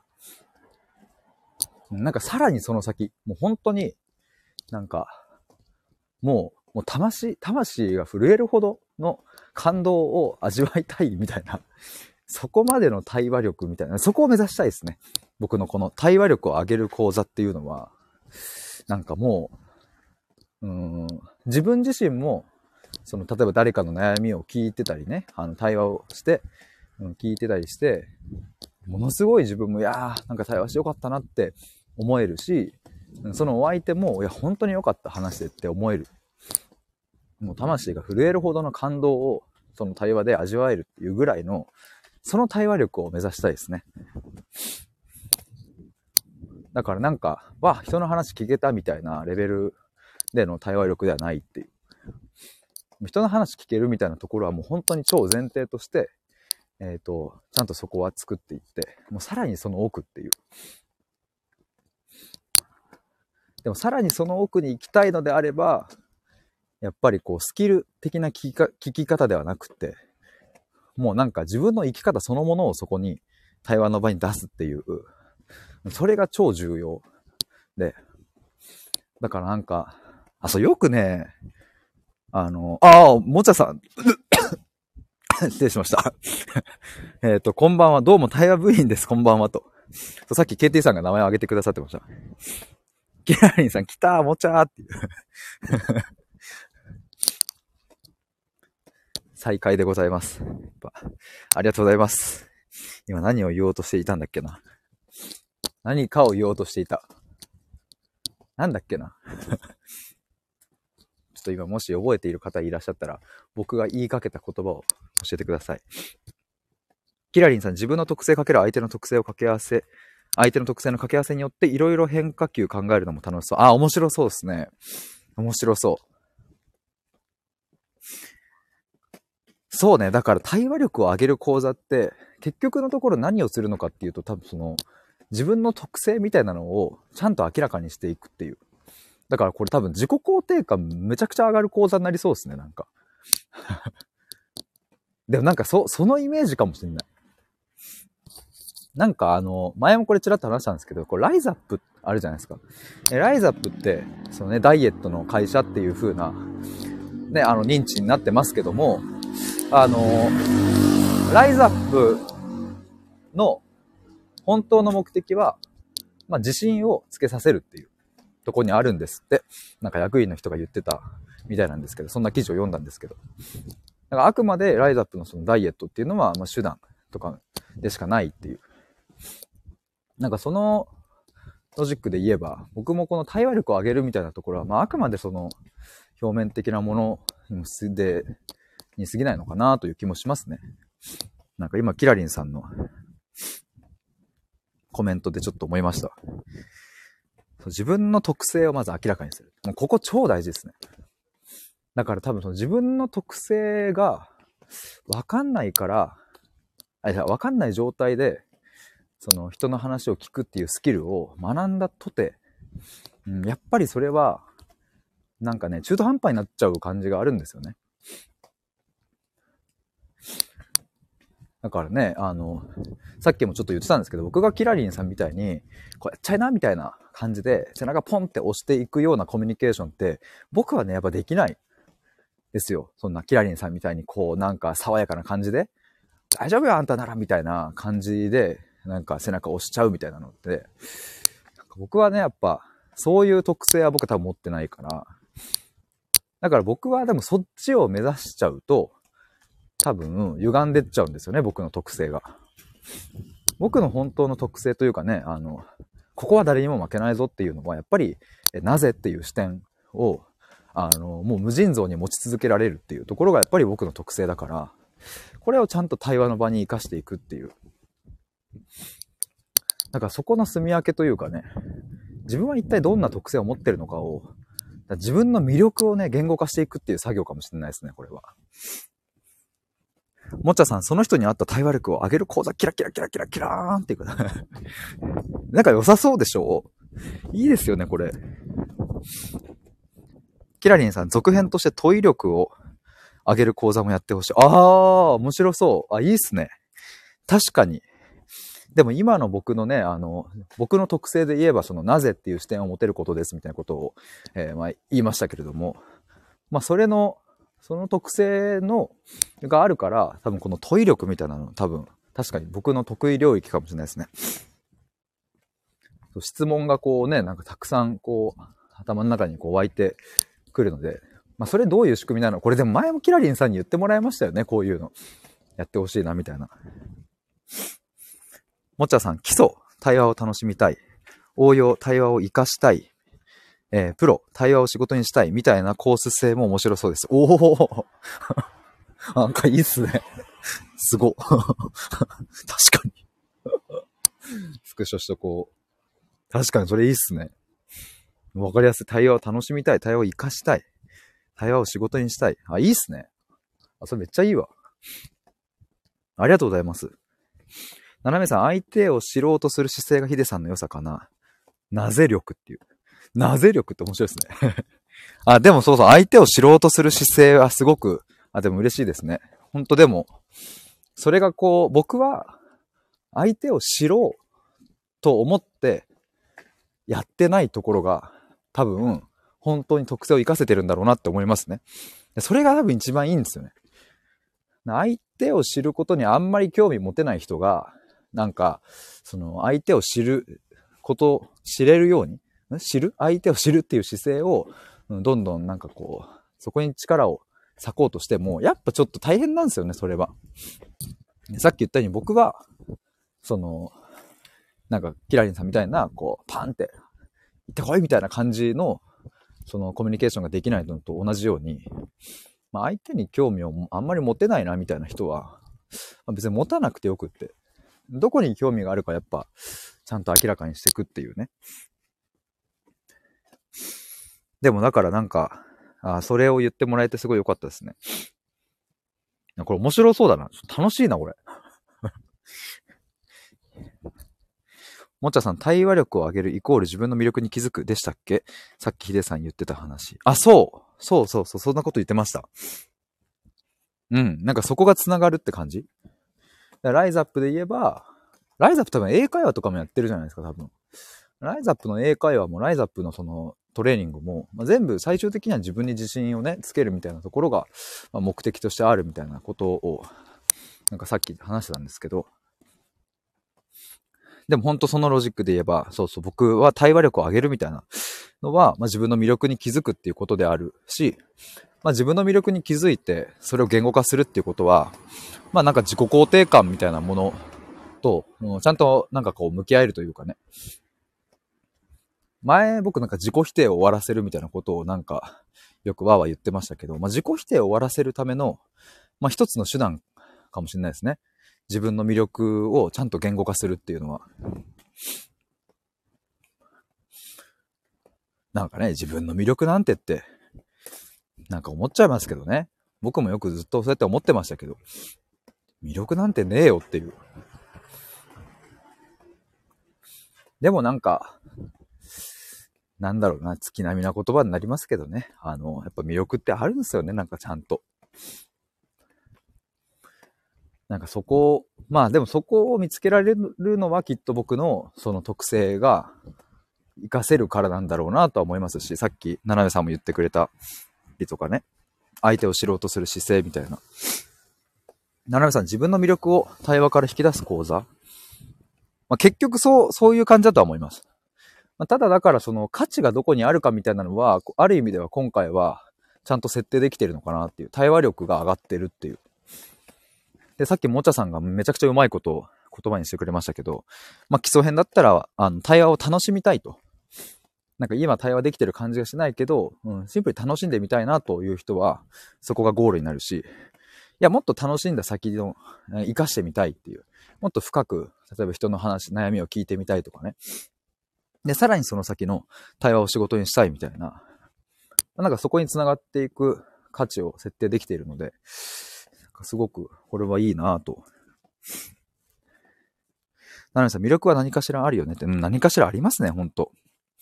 なんかさらにその先、もう本当になんか、もう、もう魂、魂が震えるほどの感動を味わいたいみたいな、そこまでの対話力みたいな、そこを目指したいですね。僕のこの対話力を上げる講座っていうのは、なんかもう、うーん、自分自身も、その、例えば誰かの悩みを聞いてたりね、あの、対話をして、うん、聞いてたりして、ものすごい自分も、いやー、なんか対話してよかったなって思えるし、そのお相手も、いや、本当によかった話でって思える。もう魂が震えるほどの感動を、その対話で味わえるっていうぐらいの、その対話力を目指したいですね。だからなんか、わ、人の話聞けたみたいなレベルでの対話力ではないっていう。人の話聞けるみたいなところはもう本当に超前提として、えっと、ちゃんとそこは作っていって、もうさらにその奥っていう。でもさらにその奥に行きたいのであれば、やっぱりこうスキル的な聞きか聞き方ではなくて、もうなんか自分の生き方そのものをそこに対話の場に出すっていう、それが超重要で、だからなんか、あ、そうよくね、あの、ああ、もちゃさん、失礼しました。えっと、こんばんは、どうも対話部員です、こんばんはと。そうさっき ケーティー さんが名前を挙げてくださってました。キラリンさん、来たー、もちゃーっていう。再開でございます。やっぱありがとうございます。今何を言おうとしていたんだっけな。何かを言おうとしていた。なんだっけな。ちょっと今もし覚えている方いらっしゃったら、僕が言いかけた言葉を教えてください。キラリンさん、自分の特性かける相手の特性を掛け合わせ、相手の特性の掛け合わせによっていろいろ変化球考えるのも楽しそう。あ、面白そうですね。面白そう。そうね。だから対話力を上げる講座って、結局のところ何をするのかっていうと、多分その、自分の特性みたいなのをちゃんと明らかにしていくっていう。だからこれ多分自己肯定感めちゃくちゃ上がる講座になりそうですね、なんか。でもなんかそ、そのイメージかもしれない。なんかあの、前もこれちらっと話したんですけど、これライザップあるじゃないですか。ライザップって、そのね、ダイエットの会社っていう風な、ね、あの、認知になってますけども、あの、ライザップの本当の目的は、まあ、自信をつけさせるっていうところにあるんですって。なんか役員の人が言ってたみたいなんですけど、そんな記事を読んだんですけど。だからあくまでライザップのそのダイエットっていうのは、まあ、手段とかでしかないっていう。なんかそのロジックで言えば、僕もこの対話力を上げるみたいなところは、まあ、あくまでその表面的なもので、に過ぎないのかなという気もしますね。なんか今、キラリンさんのコメントでちょっと思いました。自分の特性をまず明らかにする。もうここ超大事ですね。だから多分その自分の特性がわかんないから、あ、いや、わかんない状態で、その人の話を聞くっていうスキルを学んだとて、うん、やっぱりそれは、なんかね、中途半端になっちゃう感じがあるんですよね。 だからね、あの、さっきもちょっと言ってたんですけど、僕がキラリンさんみたいに、こうやっちゃいなみたいな感じで、背中ポンって押していくようなコミュニケーションって、僕はね、やっぱできないですよ。そんなキラリンさんみたいに、こう、なんか爽やかな感じで、大丈夫よ、あんたなら、みたいな感じで、なんか背中押しちゃうみたいなのって、なんか僕はね、やっぱ、そういう特性は僕は多分持ってないから、だから僕はでもそっちを目指しちゃうと、多分歪んでっちゃうんですよね、僕の特性が。僕の本当の特性というかね、あの、ここは誰にも負けないぞっていうのは、やっぱり、なぜっていう視点を、あの、もう無尽蔵に持ち続けられるっていうところがやっぱり僕の特性だから、これをちゃんと対話の場に活かしていくっていう。だからそこの住み分けというかね、自分は一体どんな特性を持ってるのかを、自分の魅力をね、言語化していくっていう作業かもしれないですね、これは。もっちゃさん、その人に合った対話力を上げる講座、キラキラキラキラキラーンっていうか、なんか良さそうでしょう？いいですよね、これ。キラリンさん、続編として問い力を上げる講座もやってほしい。ああ、面白そう。あ、いいっすね。確かに。でも今の僕のね、あの、僕の特性で言えば、その、なぜっていう視点を持てることですみたいなことを、えー、まあ、言いましたけれども、まあ、それの、その特性の、があるから、多分この問い力みたいなの、多分、確かに僕の得意領域かもしれないですね。質問がこうね、なんかたくさんこう、頭の中にこう湧いてくるので、まあそれどういう仕組みなの？これでも前もキラリンさんに言ってもらいましたよね、こういうの。やってほしいな、みたいな。もっちゃさん、基礎、対話を楽しみたい。応用、対話を活かしたい。えー、プロ、対話を仕事にしたい。みたいなコース性も面白そうです。おおなんかいいっすね。すご。確かに。スクショしとこう。確かにそれいいっすね。わかりやすい。対話を楽しみたい。対話を活かしたい。対話を仕事にしたい。あ、いいっすね。あ、それめっちゃいいわ。ありがとうございます。ななめさん、相手を知ろうとする姿勢がヒデさんの良さかな。なぜ力っていう。なぜ力って面白いですね。あ、でもそうそう、相手を知ろうとする姿勢はすごく、あ、でも嬉しいですね。ほんとでも、それがこう、僕は、相手を知ろうと思ってやってないところが、多分、本当に特性を活かせてるんだろうなって思いますね。それが多分一番いいんですよね。相手を知ることにあんまり興味持てない人が、なんか、その相手を知ること、知れるように、知る相手を知るっていう姿勢を、どんどんなんかこう、そこに力を割こうとしても、やっぱちょっと大変なんですよね、それは。さっき言ったように僕は、その、なんか、キラリンさんみたいな、こう、パンって、行ってこいみたいな感じの、そのコミュニケーションができないのと同じように、まあ、相手に興味をあんまり持てないなみたいな人は、まあ、別に持たなくてよくって、どこに興味があるかやっぱ、ちゃんと明らかにしていくっていうね。でもだからなんか、あ、それを言ってもらえてすごい良かったですね。これ面白そうだな。楽しいな、これ。もっちゃさん、対話力を上げるイコール自分の魅力に気づくでしたっけ？さっきヒデさん言ってた話。あ、そうそうそうそう、そんなこと言ってました。うん。なんかそこが繋がるって感じ？ライザップで言えば、ライザップ多分英会話とかもやってるじゃないですか、多分。ライザップの英会話も、ライザップのそのトレーニングも、まあ、全部最終的には自分に自信をね、つけるみたいなところが、まあ、目的としてあるみたいなことを、なんかさっき話してたんですけど、でも本当そのロジックで言えば、そうそう、僕は対話力を上げるみたいなのは、まあ、自分の魅力に気づくっていうことであるし、まあ、自分の魅力に気づいて、それを言語化するっていうことは、まあなんか自己肯定感みたいなものと、うん、ちゃんとなんかこう向き合えるというかね。前僕なんか自己否定を終わらせるみたいなことをなんかよくわーわー言ってましたけど、まあ自己否定を終わらせるための、まあ一つの手段かもしれないですね。自分の魅力をちゃんと言語化するっていうのは。なんかね、自分の魅力なんてって、なんか思っちゃいますけどね。僕もよくずっとそうやって思ってましたけど、魅力なんてねえよっていう。でもなんか、なんだろうな、月並みな言葉になりますけどね。あの、やっぱ魅力ってあるんですよね、なんかちゃんと。 なんかそこを、まあでもそこを見つけられるのはきっと僕のその特性が活かせるからなんだろうなとは思いますし、さっき、ななめさんも言ってくれたりとかね、相手を知ろうとする姿勢みたいな。ななめさん、自分の魅力を対話から引き出す講座、まあ、結局そう、そういう感じだとは思います。まあ、ただだからその価値がどこにあるかみたいなのは、ある意味では今回はちゃんと設定できてるのかなっていう、対話力が上がってるっていう。で、さっきもちゃさんがめちゃくちゃうまいことを言葉にしてくれましたけど、まあ基礎編だったら、あの、対話を楽しみたいと。なんか今対話できてる感じがしないけど、うん、シンプルに楽しんでみたいなという人は、そこがゴールになるし、いや、もっと楽しんだ先の、活かしてみたいっていう。もっと深く、例えば人の話、悩みを聞いてみたいとかね。で、さらにその先の対話を仕事にしたいみたいな。なんかそこにつながっていく価値を設定できているので、なんかすごくこれはいいなぁと。なのでさん、魅力は何かしらあるよねって、うん、何かしらありますね、ほんと。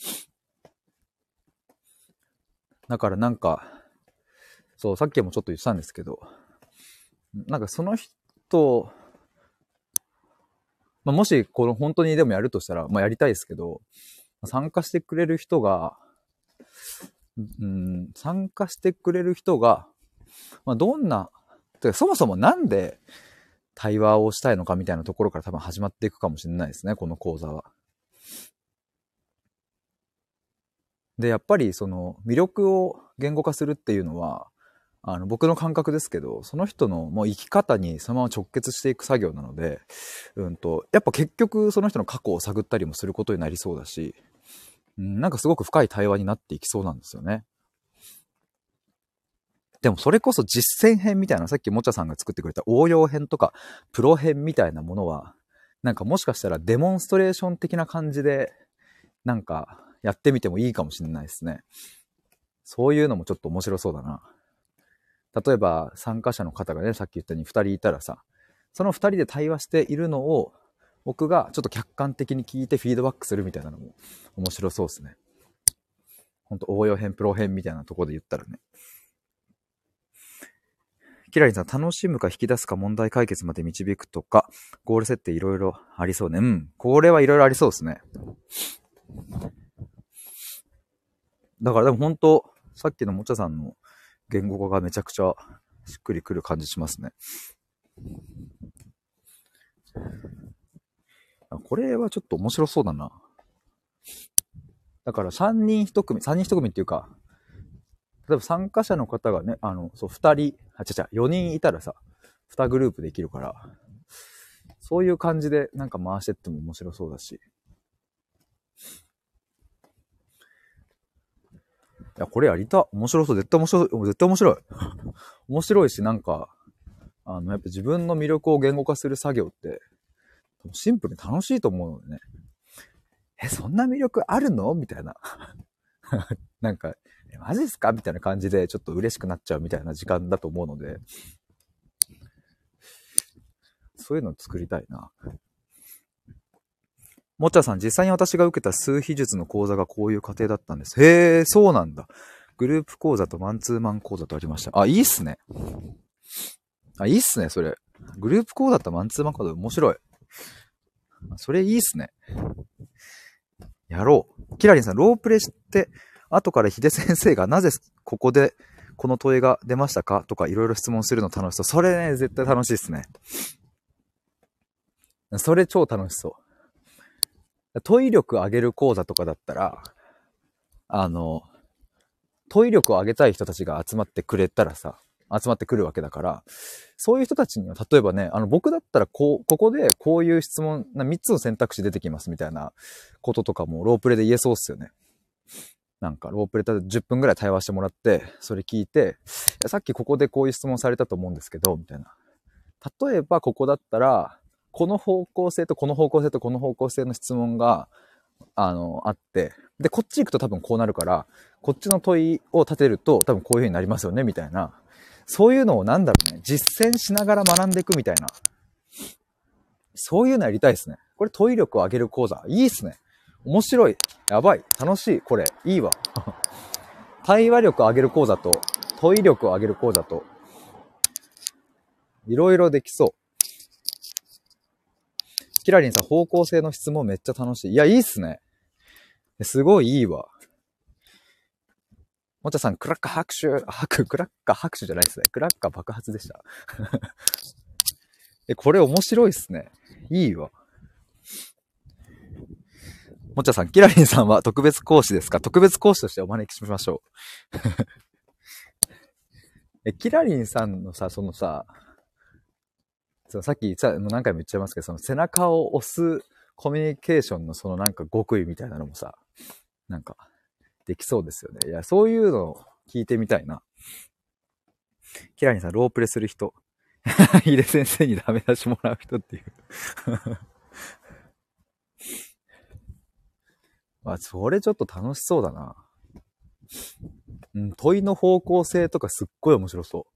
だからなんか、そう、さっきもちょっと言ってたんですけど、なんかその人、まあ、もしこの本当にでもやるとしたら、まあやりたいですけど、参加してくれる人が、うん、参加してくれる人が、まあ、どんな、てかそもそもなんで対話をしたいのかみたいなところから多分始まっていくかもしれないですね、この講座は。で、やっぱりその魅力を言語化するっていうのは、あの僕の感覚ですけど、その人のもう生き方にそのまま直結していく作業なので、うんと、やっぱ結局その人の過去を探ったりもすることになりそうだし、うん、なんかすごく深い対話になっていきそうなんですよね。でもそれこそ実践編みたいな、さっきもちゃさんが作ってくれた応用編とかプロ編みたいなものは、なんかもしかしたらデモンストレーション的な感じで、なんかやってみてもいいかもしれないですね。そういうのもちょっと面白そうだな。例えば参加者の方がね、さっき言ったようにふたりいたらさ、そのふたりで対話しているのを僕がちょっと客観的に聞いてフィードバックするみたいなのも面白そうですね。ほんと応用編、プロ編みたいなところで言ったらね。キラリンさん、楽しむか引き出すか問題解決まで導くとか、ゴール設定いろいろありそうね。うん。これはいろいろありそうですね。だからでも本当、さっきのもちゃさんの言語化がめちゃくちゃしっくりくる感じしますね。これはちょっと面白そうだな。だからさんにんひと組、さんにんひと組っていうか、例えば参加者の方がね、あの、そう、ふたり、あ、違う違う、よにんいたらさ、にグループできるから、そういう感じでなんか回してっても面白そうだし。いや、これやりた。面白そう。絶対面白い。絶対面白い。面白いし、なんか、あの、やっぱ自分の魅力を言語化する作業って、シンプルに楽しいと思うのでね。え、そんな魅力あるのみたいな。なんか、え、マジっすかみたいな感じで、ちょっと嬉しくなっちゃうみたいな時間だと思うので、そういうのを作りたいな。もっちゃさん、実際に私が受けた数秘術の講座がこういう過程だったんです。へー、そうなんだ。グループ講座とマンツーマン講座とありました。あ、いいっすね。あ、いいっすね、それ。グループ講座とマンツーマン講座面白い。それいいっすね。やろう。キラリンさん、ロープレして、後からヒデ先生がなぜここでこの問いが出ましたかとかいろいろ質問するの楽しそう。それね、絶対楽しいっすね。それ超楽しそう。問い力上げる講座とかだったら、あの、問い力を上げたい人たちが集まってくれたらさ、集まってくるわけだから、そういう人たちには、例えばね、あの、僕だったら、こう、ここでこういう質問、みっつの選択肢出てきますみたいなこととかも、ロープレで言えそうっすよね。なんか、ロープレでじゅっぷんぐらい対話してもらって、それ聞いて、さっきここでこういう質問されたと思うんですけど、みたいな。例えば、ここだったら、この方向性とこの方向性とこの方向性の質問が、あの、あって、で、こっち行くと多分こうなるから、こっちの問いを立てると多分こういう風になりますよね、みたいな。そういうのをなんだろうね、実践しながら学んでいくみたいな。そういうのやりたいですね。これ問い力を上げる講座。いいっすね。面白い。やばい。楽しい。これ。いいわ。対話力を上げる講座と、問い力を上げる講座と、いろいろできそう。 キラリンさん、方向性の質問めっちゃ楽しい。いや、いいっすね。すごいいいわ。もちゃさん、クラッカー拍手、拍、クラッカー拍手じゃないですね。クラッカー爆発でした。え、これ面白いっすね。いいわ。もちゃさん、キラリンさんは特別講師ですか？特別講師としてお招きしましょう。え、キラリンさんのさ、そのさ、そのさっきさ、もう何回も言っちゃいますけど、その背中を押すコミュニケーションのそのなんか極意みたいなのもさ、なんか、できそうですよね。いや、そういうのを聞いてみたいな。キラリンさん、ロープレする人。ヒデ先生にダメ出しもらう人っていう。あ、それちょっと楽しそうだな。うん、問いの方向性とかすっごい面白そう。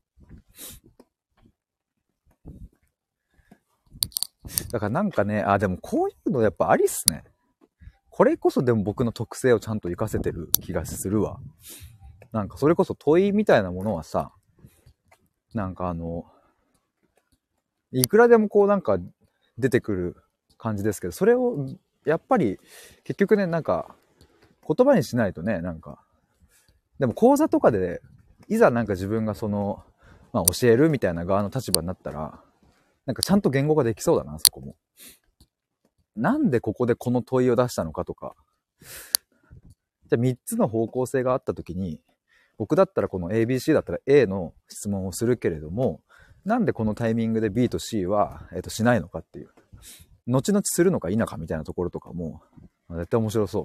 だからなんかね、あ、でもこういうのやっぱありっすね。これこそでも僕の特性をちゃんと活かせてる気がするわ。なんかそれこそ問いみたいなものはさ、なんかあの、いくらでもこうなんか出てくる感じですけど、それをやっぱり結局ね、なんか言葉にしないとね、なんか、でも講座とかでいざなんか自分がその、まあ教えるみたいな側の立場になったら、なんかちゃんと言語化できそうだな、そこも。なんでここでこの問いを出したのかとか。じゃあみっつの方向性があったときに、僕だったらこの エービーシー だったら A の質問をするけれども、なんでこのタイミングで B と C は、えー、としないのかっていう。後々するのか否かみたいなところとかも、絶対面白そう。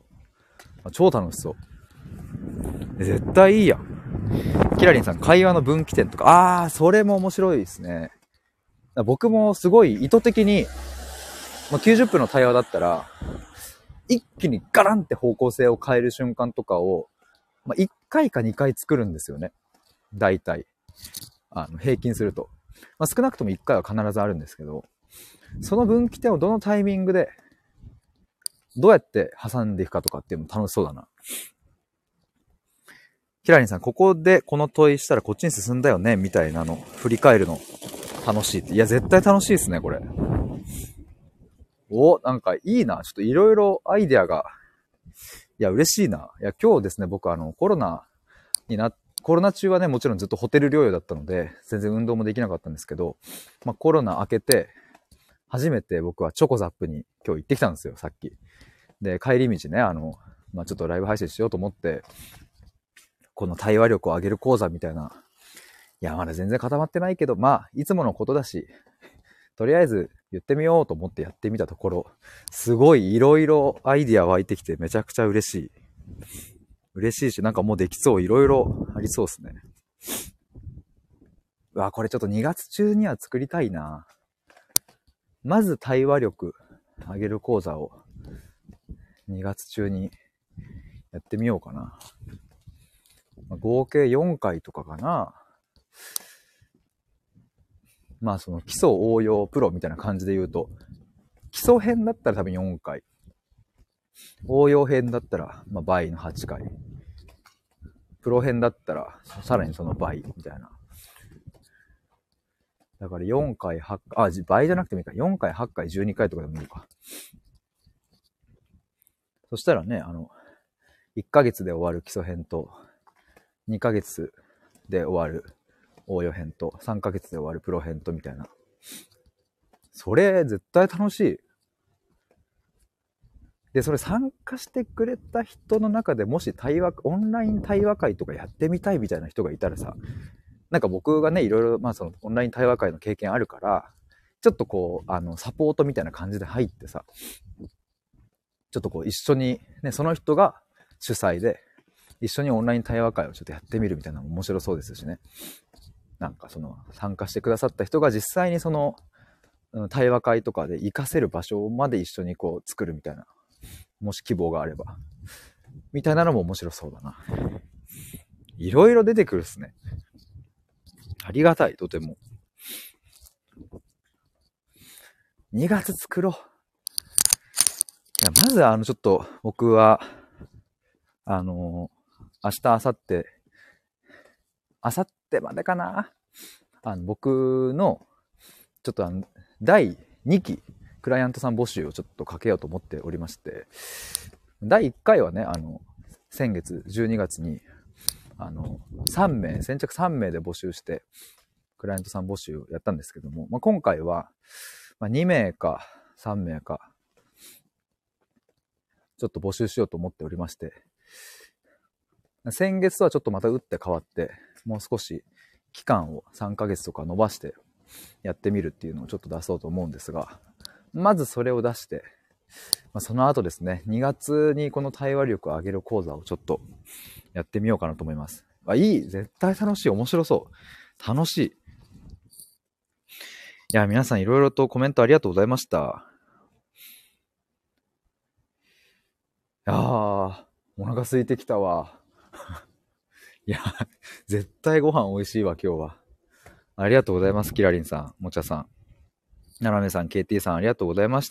超楽しそう。絶対いいやん。キラリンさん、会話の分岐点とか、あー、それも面白いですね。僕もすごい意図的に、まあ、きゅうじゅっぷんの対話だったら、一気にガランって方向性を変える瞬間とかを、まあ、いっかいかにかい作るんですよね。大体。あの、平均すると。まあ、少なくともいっかいは必ずあるんですけど、その分岐点をどのタイミングで、どうやって挟んでいくかとかっていうのも楽しそうだな。キラリンさん、ここでこの問いしたらこっちに進んだよねみたいなの振り返るの楽しいって。いや、絶対楽しいですね、これ。お、なんかいいな。ちょっといろいろアイデアが。いや、嬉しいな。いや、今日ですね、僕あの、コロナにな、コロナ中はね、もちろんずっとホテル療養だったので、全然運動もできなかったんですけど、まあコロナ明けて、初めて僕はチョコザップに今日行ってきたんですよ、さっき。で、帰り道ね、あの、まあちょっとライブ配信しようと思って、この対話力を上げる講座みたいな、いや、まだ全然固まってないけど、まあ、いつものことだし、とりあえず言ってみようと思ってやってみたところ、すごいいろいろアイディア湧いてきてめちゃくちゃ嬉しい。嬉しいし、なんかもうできそう、いろいろありそうですね。うわ、これちょっとにがつ中には作りたいな。まず対話力上げる講座をにがつ中にやってみようかな。合計よんかいとかかな。まあその基礎応用プロみたいな感じで言うと、基礎編だったら多分よんかい。応用編だったらまあ倍のはちかい。プロ編だったらさらにその倍みたいな。だからよんかい、はちかい、あ、倍じゃなくてもいいか。よんかい、はちかい、じゅうにかいとかでもいいか。そしたらね、あの、いっかげつで終わる基礎編と、にかげつで終わる応用編と、さんかげつで終わるプロ編とみたいな。それ絶対楽しい。で、それ参加してくれた人の中でもし対話、オンライン対話会とかやってみたいみたいな人がいたらさ、なんか僕がね、いろいろ、まあそのオンライン対話会の経験あるから、ちょっとこう、あの、サポートみたいな感じで入ってさ、ちょっとこう一緒に、ね、その人が主催で、一緒にオンライン対話会をちょっとやってみるみたいなのも面白そうですしね。なんかその参加してくださった人が実際にその対話会とかで活かせる場所まで一緒にこう作るみたいな。もし希望があれば。みたいなのも面白そうだな。いろいろ出てくるっすね。ありがたい、とても。にがつ作ろう。いや、まずあのちょっと僕は、あのー、明日、明後日、明後日までかな。あの僕の、ちょっとあの、だいにき、 クライアントさん募集をちょっとかけようと思っておりまして、だいいっかいはね、あの、先月じゅうにがつに、あの、さんめい、先着さんめいで募集して、クライアントさん募集をやったんですけども、まあ、今回は、まあ、にめいかさんめいか、ちょっと募集しようと思っておりまして、先月とはちょっとまた打って変わって、もう少し期間をさんかげつとか伸ばしてやってみるっていうのをちょっと出そうと思うんですが、まずそれを出して、まあ、その後ですね、にがつにこの対話力を上げる講座をちょっとやってみようかなと思います。あ、いい、絶対楽しい、面白そう。楽しい。いや、皆さんいろいろとコメントありがとうございました。いやー、お腹空いてきたわ。いや、絶対ご飯美味しいわ、今日は。ありがとうございます、キラリンさん、もちゃさん。ななめさん、ケーティー さん、ありがとうございました。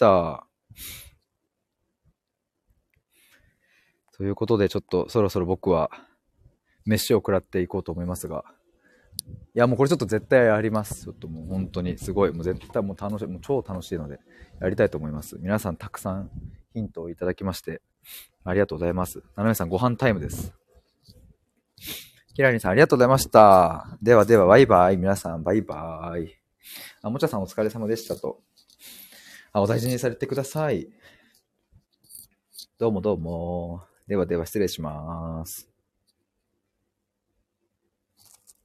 ということで、ちょっとそろそろ僕は飯を食らっていこうと思いますが。いや、もうこれちょっと絶対やります。ちょっともう本当にすごい。もう絶対もう楽しい。もう超楽しいので、やりたいと思います。皆さんたくさんヒントをいただきまして、ありがとうございます。ななめさん、ご飯タイムです。キラリンさん、ありがとうございました。ではでは、バイバイ。皆さん、バイバイ。あ、もちゃさんお疲れ様でしたと。あ、お大事にされてください。どうもどうも。ではでは、失礼します。